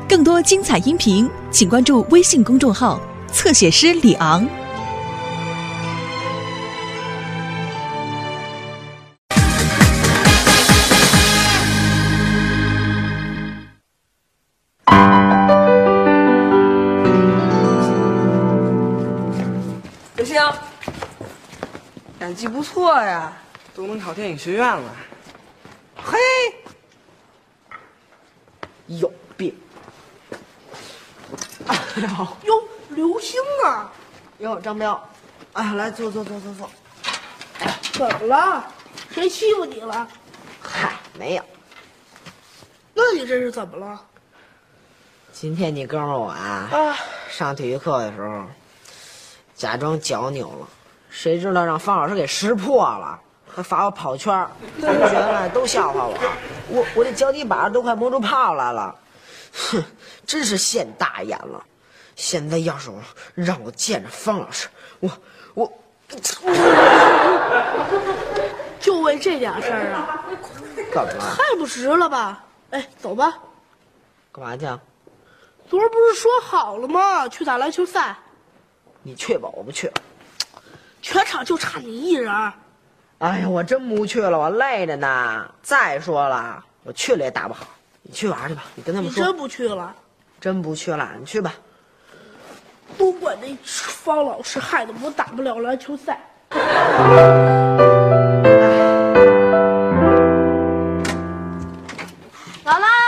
更多精彩音频，请关注微信公众号“侧写师李昂”。 刘星，演技不错呀，都能考电影学院了。嘿，有病！哎呦， 哟，刘星啊！ 哟，张彪，哎，来坐。 怎么了？谁欺负你了？ 嗨，没有。 那你这是怎么了？ 今天你哥们儿我上体育课的时候，假装脚扭了，谁知道让方老师给识破了，还罚我跑圈儿，同学们都笑话我这脚底板都快磨出泡来了，哼，真是现大眼了。现在要是让我见着方老师，我就为这点事儿啊？ 干嘛？ 太不值了吧？哎，走吧。 干嘛去？ 昨儿不是说好了吗？去打篮球赛。 你去吧，我不去。 全场就差你一人。 哎呀，我真不去了，我累着呢。再说了，我去了也打不好。你去玩去吧，你跟他们说。 你真不去了？ 真不去了，你去吧。 都怪那方老师害得我打不了篮球赛。 姥姥，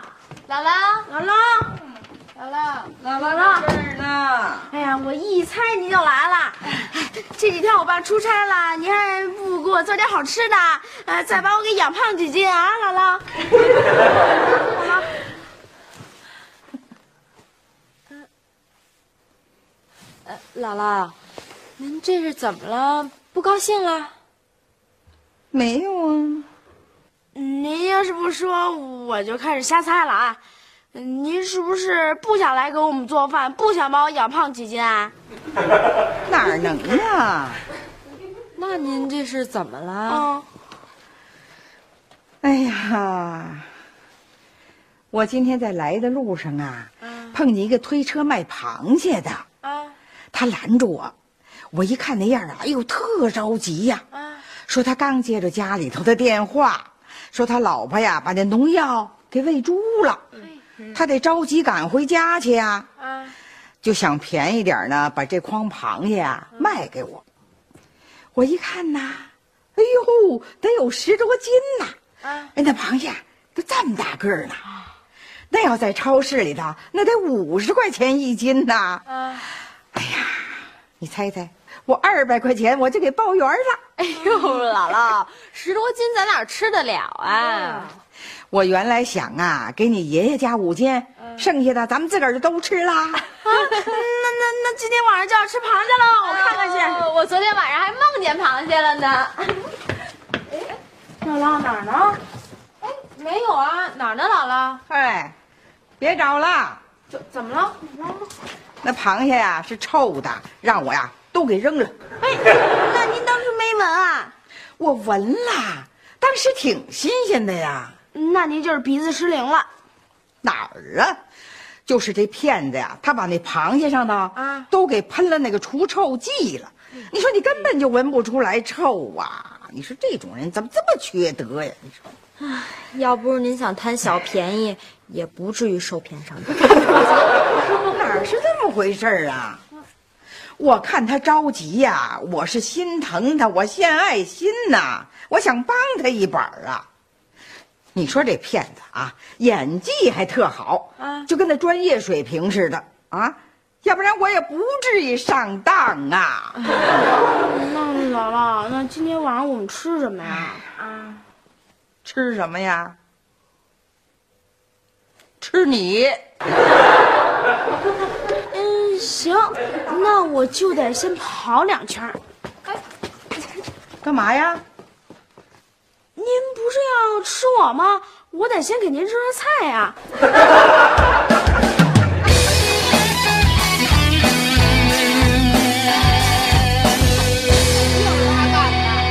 这儿呢。 哎呀，我一猜您就来了。这几天我爸出差了，您还不给我做点好吃的，再把我给养胖几斤啊，姥姥。姥姥，您这是怎么了？不高兴了？ 没有啊。 您要是不说，我就开始瞎猜了啊。您是不是不想来给我们做饭，不想把我养胖几斤啊？ 哪能啊？ 那您这是怎么了？ 哎呀，我今天在来的路上碰见一个推车卖螃蟹的他拦住我，我一看那样哎呦，特着急呀！说他刚接着家里头的电话，说他老婆呀把那农药给喂猪了，他得着急赶回家去呀。就想便宜点呢，把这筐螃蟹卖给我。我一看呐，哎呦，得有10多斤呐！哎，那螃蟹都这么大个儿呢，那要在超市里头，那得50块钱1斤呐！哎呀，你猜猜，我200块钱我就给包圆了。 哎呦，姥姥，10多斤咱哪吃得了啊？ 我原来想给你爷爷家5斤，剩下的咱们自个儿就都吃啦。 那今天晚上就要吃螃蟹了，我看看去。我昨天晚上还梦见螃蟹了呢。姥姥哪儿呢？哎，没有啊，哪儿呢，姥姥？ 哎，别找了， 怎么了？ 那螃蟹是臭的，让我都给扔了。 哎，那您当时没闻啊？ 我闻了，当时挺新鲜的呀。 那您就是鼻子失灵了。 哪儿啊？就是这骗子他把那螃蟹上头都给喷了那个除臭剂了。你说你根本就闻不出来臭啊！你说这种人怎么这么缺德呀？你说， 要不是您想贪小便宜，也不至于受骗上当。 哪是这么回事啊？我看他着急我是心疼他，我献爱心呐，我想帮他一把啊。你说这骗子演技还特好就跟那专业水平似的要不然我也不至于上当啊。 那姥姥，那今天晚上我们吃什么呀？ 吃什么呀？吃你。 行，那我就得先跑2圈。 干嘛呀？ 您不是要吃我吗？我得先给您热热菜呀。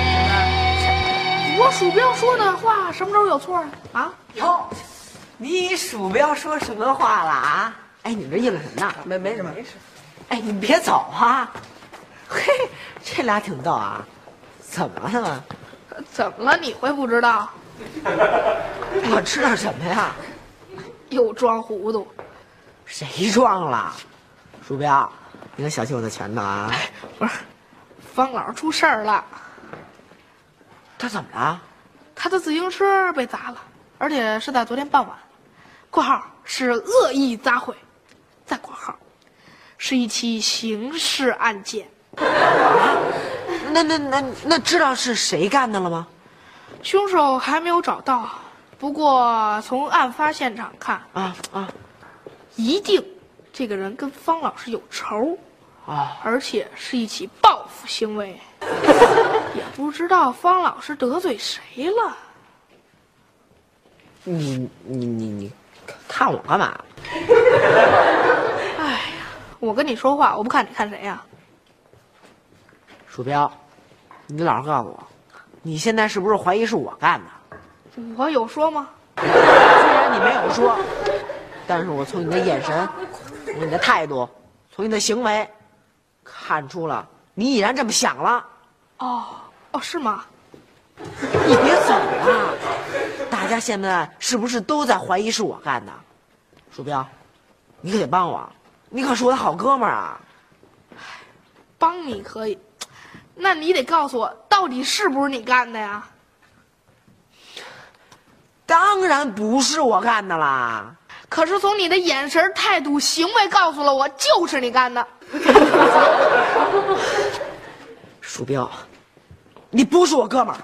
我鼠标说的话什么时候有错啊？ 哟，你鼠标说什么话了啊？哎，你们这议论什么呢？ 没什么。 哎，你别走啊！嘿，这俩挺逗啊。怎么了他们？ 怎么了？你会不知道？ 我知道什么呀？ 又装糊涂。 谁装了？鼠标，你可小心我的拳头啊！ 不是，方老师出事儿了。 他怎么了？ 他的自行车被砸了，而且是在昨天傍晚。括号是恶意砸毁，再括号是一起刑事案件。 那知道是谁干的了吗？ 凶手还没有找到，不过从案发现场看，一定这个人跟方老师有仇，而且是一起报复行为。也不知道方老师得罪谁了。 你看我干嘛？ 哎呀，我跟你说话，我不看你看谁呀？ 鼠标，你老实告诉我，你现在是不是怀疑是我干的？ 我有说吗？ 虽然你没有说，但是我从你的眼神，从你的态度，从你的行为，看出了你已然这么想了。 哦，是吗？ 你别走啊！大家现在是不是都在怀疑是我干的？鼠标，你可得帮我，你可是我的好哥们儿啊！ 帮你可以，那你得告诉我，到底是不是你干的呀？ 当然不是我干的啦！ 可是从你的眼神、态度、行为告诉了我，就是你干的。 鼠标，你不是我哥们儿。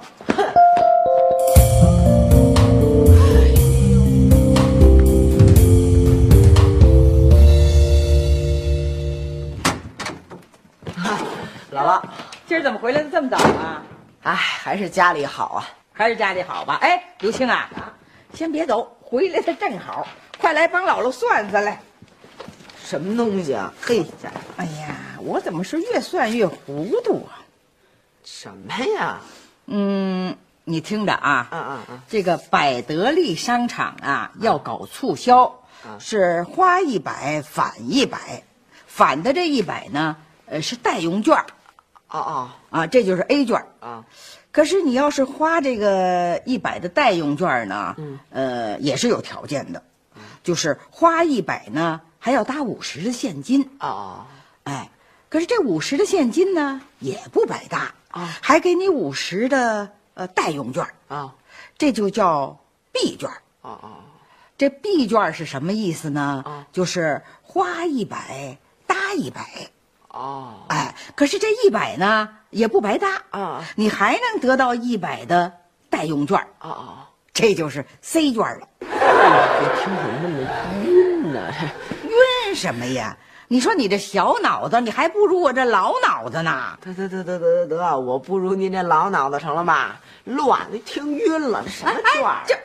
姥姥， 今儿怎么回来的这么早啊？ 哎，还是家里好啊。 还是家里好吧？哎，刘青啊，先别走，回来的正好，快来帮姥姥算算来。 什么东西啊？嘿， 哎呀，我怎么是越算越糊涂啊？ 什么呀？ 你听着啊， 这个百得利商场啊要搞促销，是花100返100，返的这100呢，是代用券。这就是 A 券啊。可是你要是花这个100的代用券呢，也是有条件的，就是花100呢还要搭50的现金。哎，可是这50的现金呢也不白搭还给你50的代用券这就叫 B 券这 B 券是什么意思呢？就是花100搭100。哎，可是这100呢也不白搭你还能得到100的代用券这就是 C 券了。 我听怎么那么晕呢？ 晕什么呀？你说你这小脑子，你还不如我这老脑子呢。 得，我不如您这老脑子成了吧？乱，听晕了，这什么券？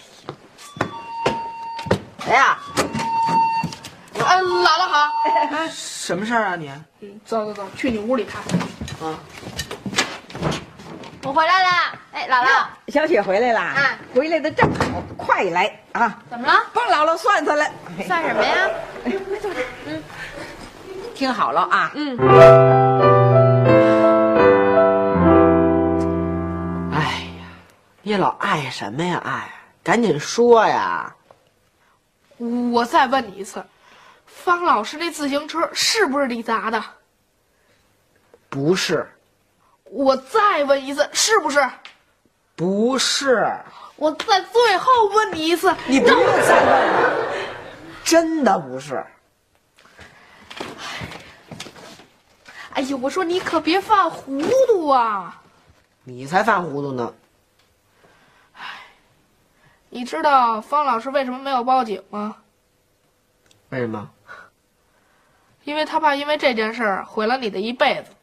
谁呀？ 姥姥好。 什么事儿啊你？ 走，去你屋里看。 我回来了。哎，姥姥， 小雪回来啦！回来的正好，快来啊！ 怎么了？ 帮姥姥算算来。 算什么呀？ 听好了啊！ 哎呀，你老爱什么呀？爱，赶紧说呀！ 我再问你一次，方老师那自行车是不是你砸的？ 不是。 我再问一次，是不是？ 不是。 我再最后问你一次， 你不用再问了，真的不是。 哎呦，我说你可别犯糊涂啊！ 你才犯糊涂呢。 你知道方老师为什么没有报警吗？ 为什么？ 因为他怕因为这件事儿毁了你的一辈子。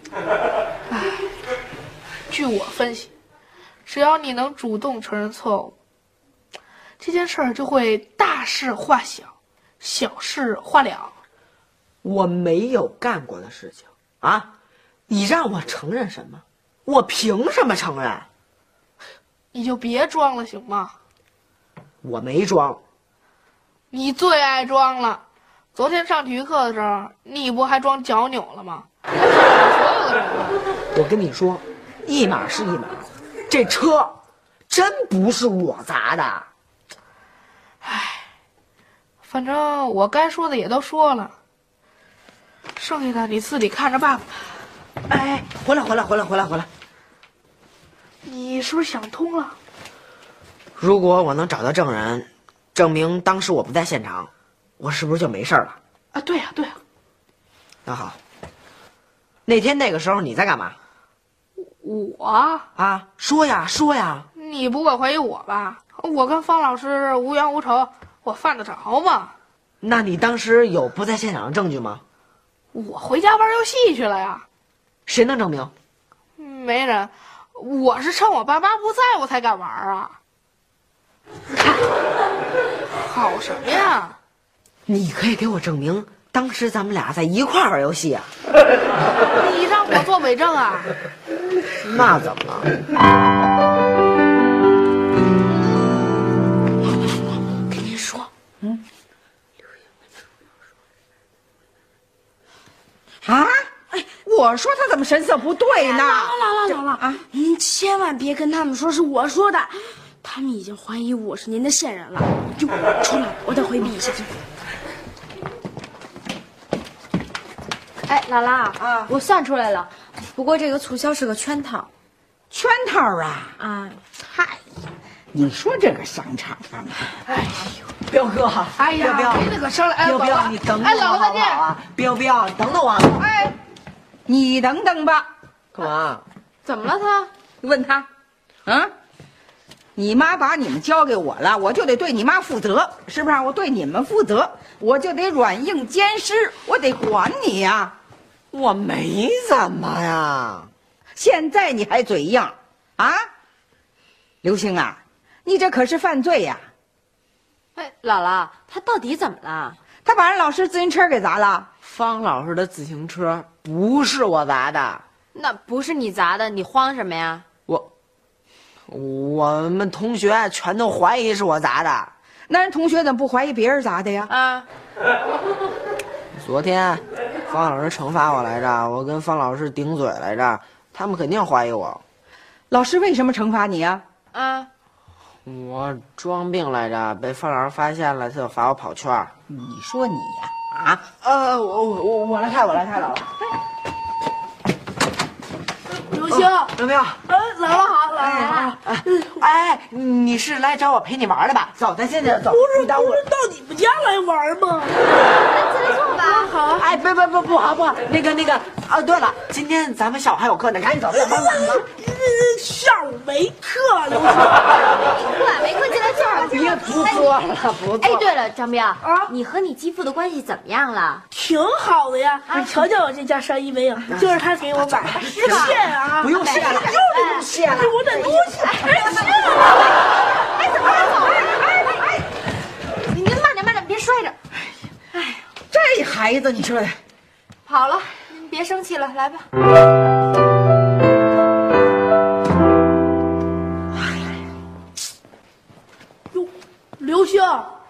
据我分析，只要你能主动承认错误，这件事儿就会大事化小，小事化了。 我没有干过的事情啊，你让我承认什么？我凭什么承认？ 你就别装了，行吗？ 我没装， 你最爱装了。昨天上体育课的时候，你不还装脚扭了吗？所有的人我跟你说，一码是一码，这车真不是我砸的。 唉，反正我该说的也都说了，剩下的你自己看着办吧。 哎，回来！ 你是不是想通了？ 如果我能找到证人，证明当时我不在现场，我是不是就没事了？ 啊，对呀。 那好，那天那个时候你在干嘛？ 我啊，说呀！ 你不会怀疑我吧？我跟方老师无冤无仇，我犯得着吗？ 那你当时有不在现场的证据吗？ 我回家玩游戏去了呀。 谁能证明？ 没人，我是趁我爸妈不在我才敢玩啊。好什么呀？ 你可以给我证明当时咱们俩在一块玩游戏啊。 你让我做伪证啊？ 那怎么了？ 跟您说， 啊！哎，我说他怎么神色不对呢？ 姥姥啊，您千万别跟他们说是我说的，他们已经怀疑我是您的线人了。就出来，我得回避一下。 哎，姥姥我算出来了，不过这个促销是个圈套。 圈套啊！ 啊， 你说这个商场啊， 彪哥， 哎呀， 彪， 没那个商量。 彪，你等等我好不好啊？彪，等等我。 哎，你等等吧。 干嘛？ 怎么了他？ 问他，你妈把你们交给我了，我就得对你妈负责，是不是？我对你们负责，我就得软硬兼施，我得管你呀。 我没怎么呀。 现在你还嘴硬啊？刘星啊，你这可是犯罪呀！ 哎，姥姥，他到底怎么了？ 他把人老师自行车给砸了。 方老师的自行车不是我砸的。 那不是你砸的，你慌什么呀？ 我们同学全都怀疑是我砸的。 那人同学怎么不怀疑别人砸的呀？ 啊， 昨天方老师惩罚我来着，我跟方老师顶嘴来着，他们肯定怀疑我。 老师为什么惩罚你呀？ 我装病来着，被方老师发现了，他就罚我跑圈。 你说你呀？我来开，姥姥。 刘星， 有没有？ 姥姥好，姥姥好。 哎，你是来找我陪你玩的吧？走，咱现在走。 不是到你们家来玩吗？ 进来坐吧。 好。 哎，不好，那个啊，对了，今天咱们下午还有课呢，赶紧走，要不然晚了。 下午没课，刘星。 晚没课进来坐会儿。 别不坐了，不坐。 哎，对了，张彪你和你继父的关系怎么样了？ 挺好的呀，你瞧瞧我这件上衣没有？就是他给我买的。 是吧？ 谢啊！ 不用谢了， 不用谢了，我得多谢。 哎，怎么走啊？您慢点，别摔着。 哎，这孩子，你说的。 好了，您别生气了，来吧。 刘星，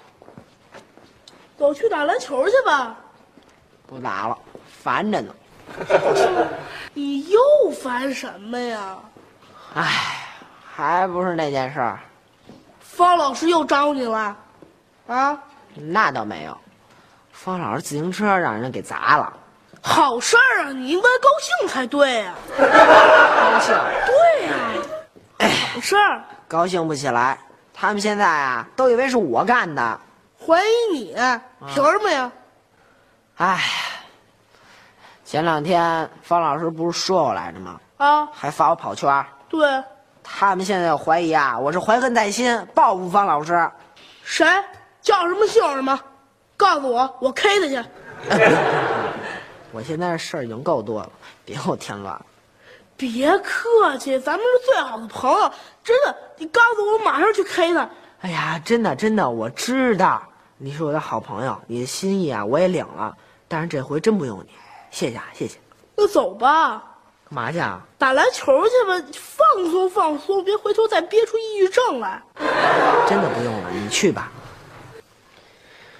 走去打篮球去吧。 不打了，烦着呢。 你又烦什么呀？ 哎，还不是那件事儿。 方老师又找你了？啊？ 那倒没有，方老师自行车让人给砸了。 好事儿啊，你应该高兴才对呀。 高兴？ 对呀。好事儿。 高兴不起来，他们现在啊都以为是我干的。 怀疑你？凭什么呀？ 哎，前2天方老师不是说我来着吗？ 啊， 还罚我跑圈。 对。 他们现在怀疑啊，我是怀恨在心，报复方老师。 谁？叫什么姓什么？告诉我，我 K 他去。 我现在事儿已经够多了，别给我添乱了。 别客气，咱们是最好的朋友，真的。你告诉我，我马上去 K 他。 哎呀，真的，我知道你是我的好朋友，你的心意啊我也领了，但是这回真不用你，谢谢啊，谢谢。 那走吧。 干嘛去啊？ 打篮球去吧，放松，别回头再憋出抑郁症来。 真的不用了，你去吧。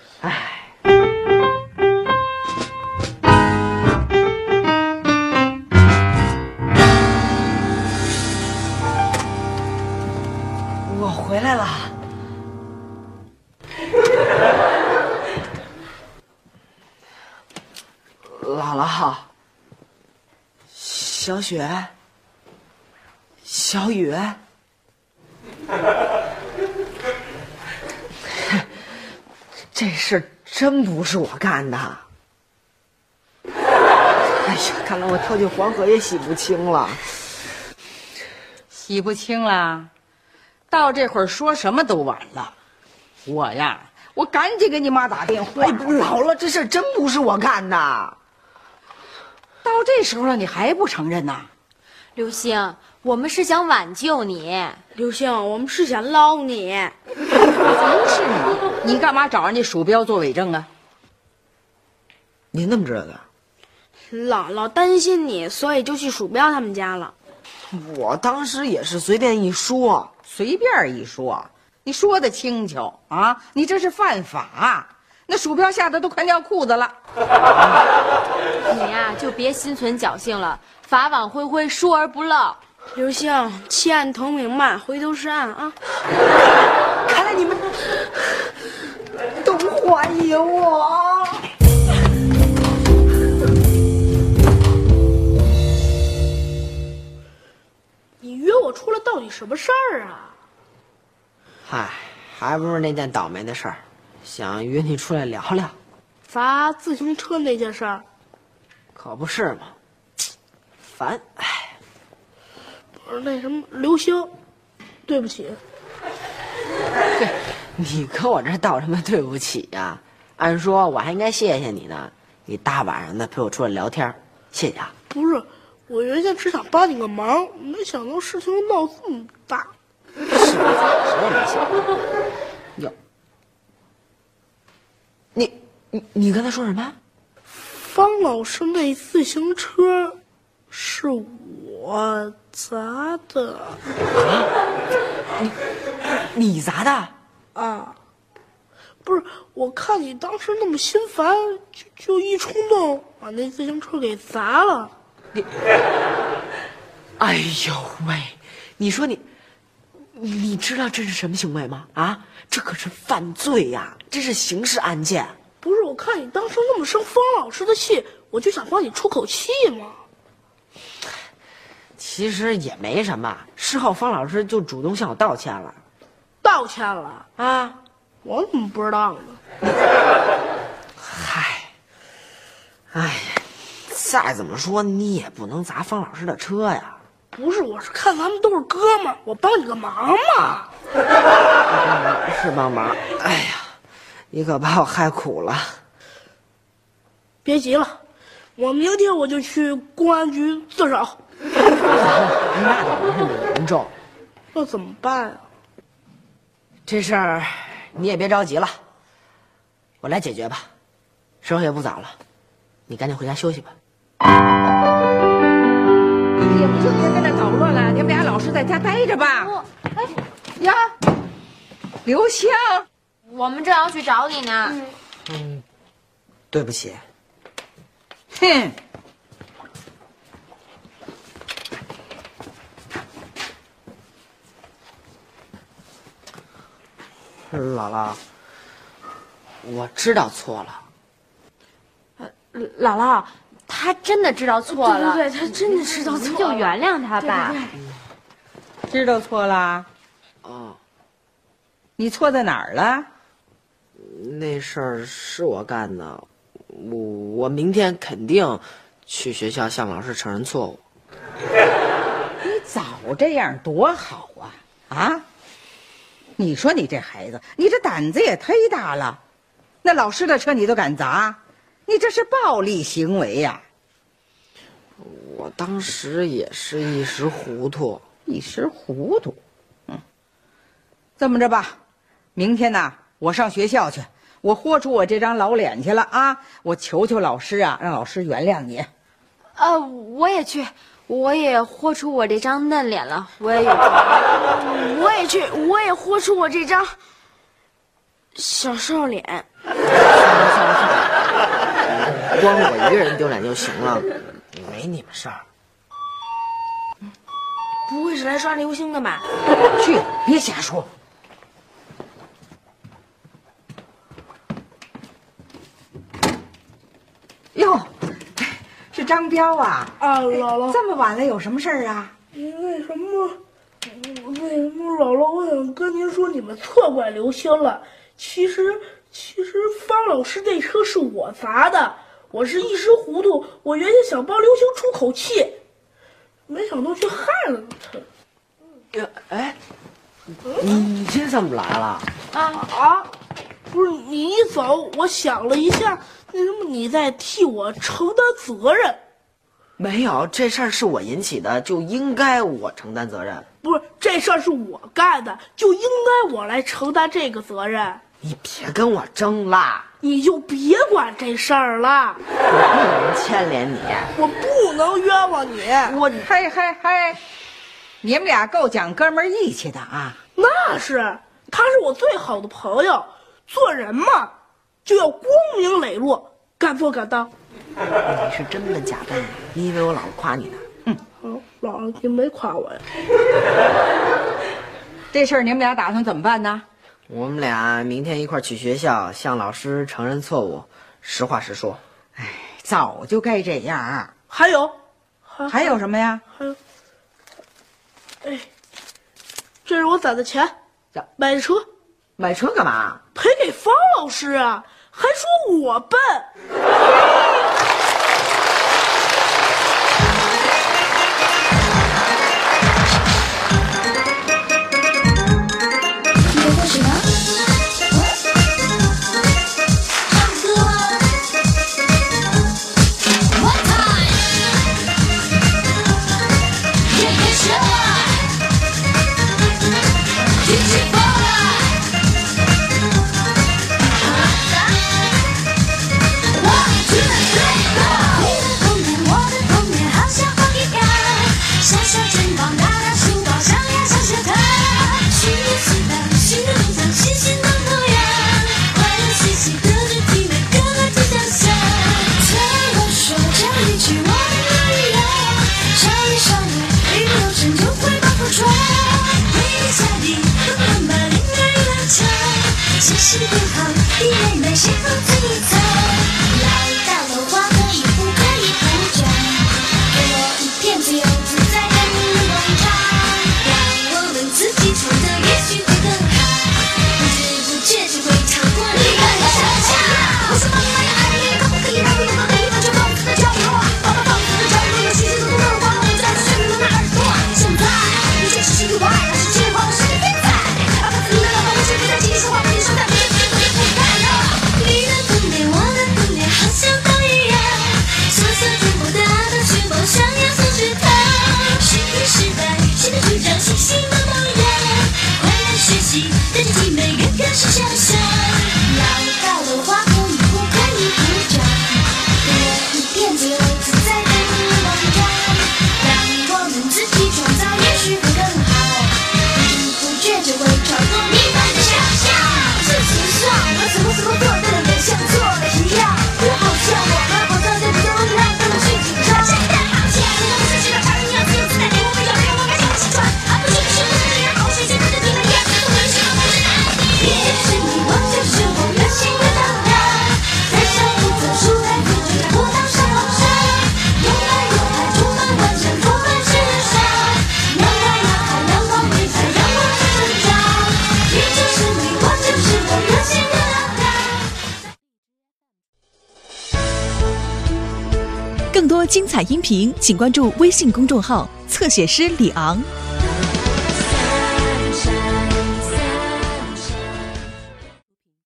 姥姥好。小雪，小雨，这事真不是我干的。哎呀，看来我跳进黄河也洗不清了。 洗不清了，到这会儿说什么都晚了。我赶紧给你妈打电话。 哎，姥姥，这事真不是我干的。 到这时候了，你还不承认呐？ 刘星，我们是想挽救你。 刘星，我们是想捞你。 不是你干嘛找人家鼠标做伪证啊？ 您怎么知道的？ 姥姥担心你，所以就去鼠标他们家了。 我当时也是随便一说， 随便一说，你说的轻巧啊！你这是犯法，那鼠标吓得都快尿裤子了。 你呀，就别心存侥幸了，法网恢恢，疏而不漏。 刘星，弃暗投明嘛，回头是岸啊！ 看来你们都怀疑我。 你约我出来到底什么事儿啊？ 嗨，还不是那件倒霉的事儿，想约你出来聊聊。 罚自行车那件事儿， 可不是嘛，烦！哎， 不是那什么刘星，对不起。 对，你跟我这道什么对不起呀？按说我还应该谢谢你呢，你大晚上的陪我出来聊天，谢谢啊。 不是，我原先只想帮你个忙，没想到事情闹这么大。 是谁也没想到。哟，你刚才说什么？ 方老师那自行车是我砸的。 你砸的？ 啊，不是，我看你当时那么心烦，就一冲动把那自行车给砸了。 哎呦喂，你说你知道这是什么行为吗？啊，这可是犯罪呀，这是刑事案件。 不是，我看你当时那么生方老师的气，我就想帮你出口气嘛。 其实也没什么，事后方老师就主动向我道歉了。 道歉了啊？ 我怎么不知道呢？ 嗨，哎呀，再怎么说你也不能砸方老师的车呀。 不是，我是看咱们都是哥们儿，我帮你个忙嘛。 是帮忙。哎呀，你可把我害苦了。 别急了，我明天我就去公安局自首。 那倒不是那么严重。 那怎么办啊？ 这事儿你也别着急了，我来解决吧。时候也不早了，你赶紧回家休息吧。 也不就别跟那捣乱了，你们俩老实在家待着吧。哎呀，刘香， 我们正要去找你呢。 对不起。 哼。 姥姥，我知道错了。 姥姥，他真的知道错了， 对，他真的知道错了， 您就原谅他吧。 知道错了？ 哦， 你错在哪儿了？ 那事儿是我干的，我明天肯定去学校向老师承认错误。 你早这样多好啊！啊？你说你这孩子，你这胆子也忒大了，那老师的车你都敢砸，你这是暴力行为呀！ 我当时也是一时糊涂。 一时糊涂，这么着吧，明天呢，我上学校去，我豁出我这张老脸去了啊！我求求老师啊，让老师原谅你。 我也去，我也豁出我这张嫩脸了，我也有。 我也去，我也豁出我这张小瘦脸。 光我一个人丢脸就行了，没你们事儿。 不会是来刷流星的吧？ 去，别瞎说。 哟，是张彪啊！ 啊，姥姥， 这么晚了，有什么事儿啊？ 为什么，姥姥，我想跟您说，你们错怪刘星了。其实方老师这车是我砸的，我是一时糊涂，我原先想帮刘星出口气，没想到却害了他。 哎，你这怎么来了？ 不是你一走，我想了一下，那什么，你在替我承担责任。 没有，这事儿是我引起的，就应该我承担责任。 不是，这事儿是我干的，就应该我来承担这个责任。 你别跟我争啦！ 你就别管这事儿了， 我不能牵连你， 我不能冤枉你。 嘿，你们俩够讲哥们儿义气的啊！ 那是，他是我最好的朋友，做人嘛，就要光明磊落，敢做敢当。 你是真笨假笨？你以为我老夸你呢？ 姥姥，您没夸我呀？ 这事儿你们俩打算怎么办呢？ 我们俩明天一块儿去学校，向老师承认错误，实话实说。 哎，早就该这样。 还有什么呀？ 还有，哎，这是我攒的钱，买的车。 买车干嘛？ 赔给方老师啊，还说我笨。 更多精彩音频，请关注微信公众号“侧写师李昂”。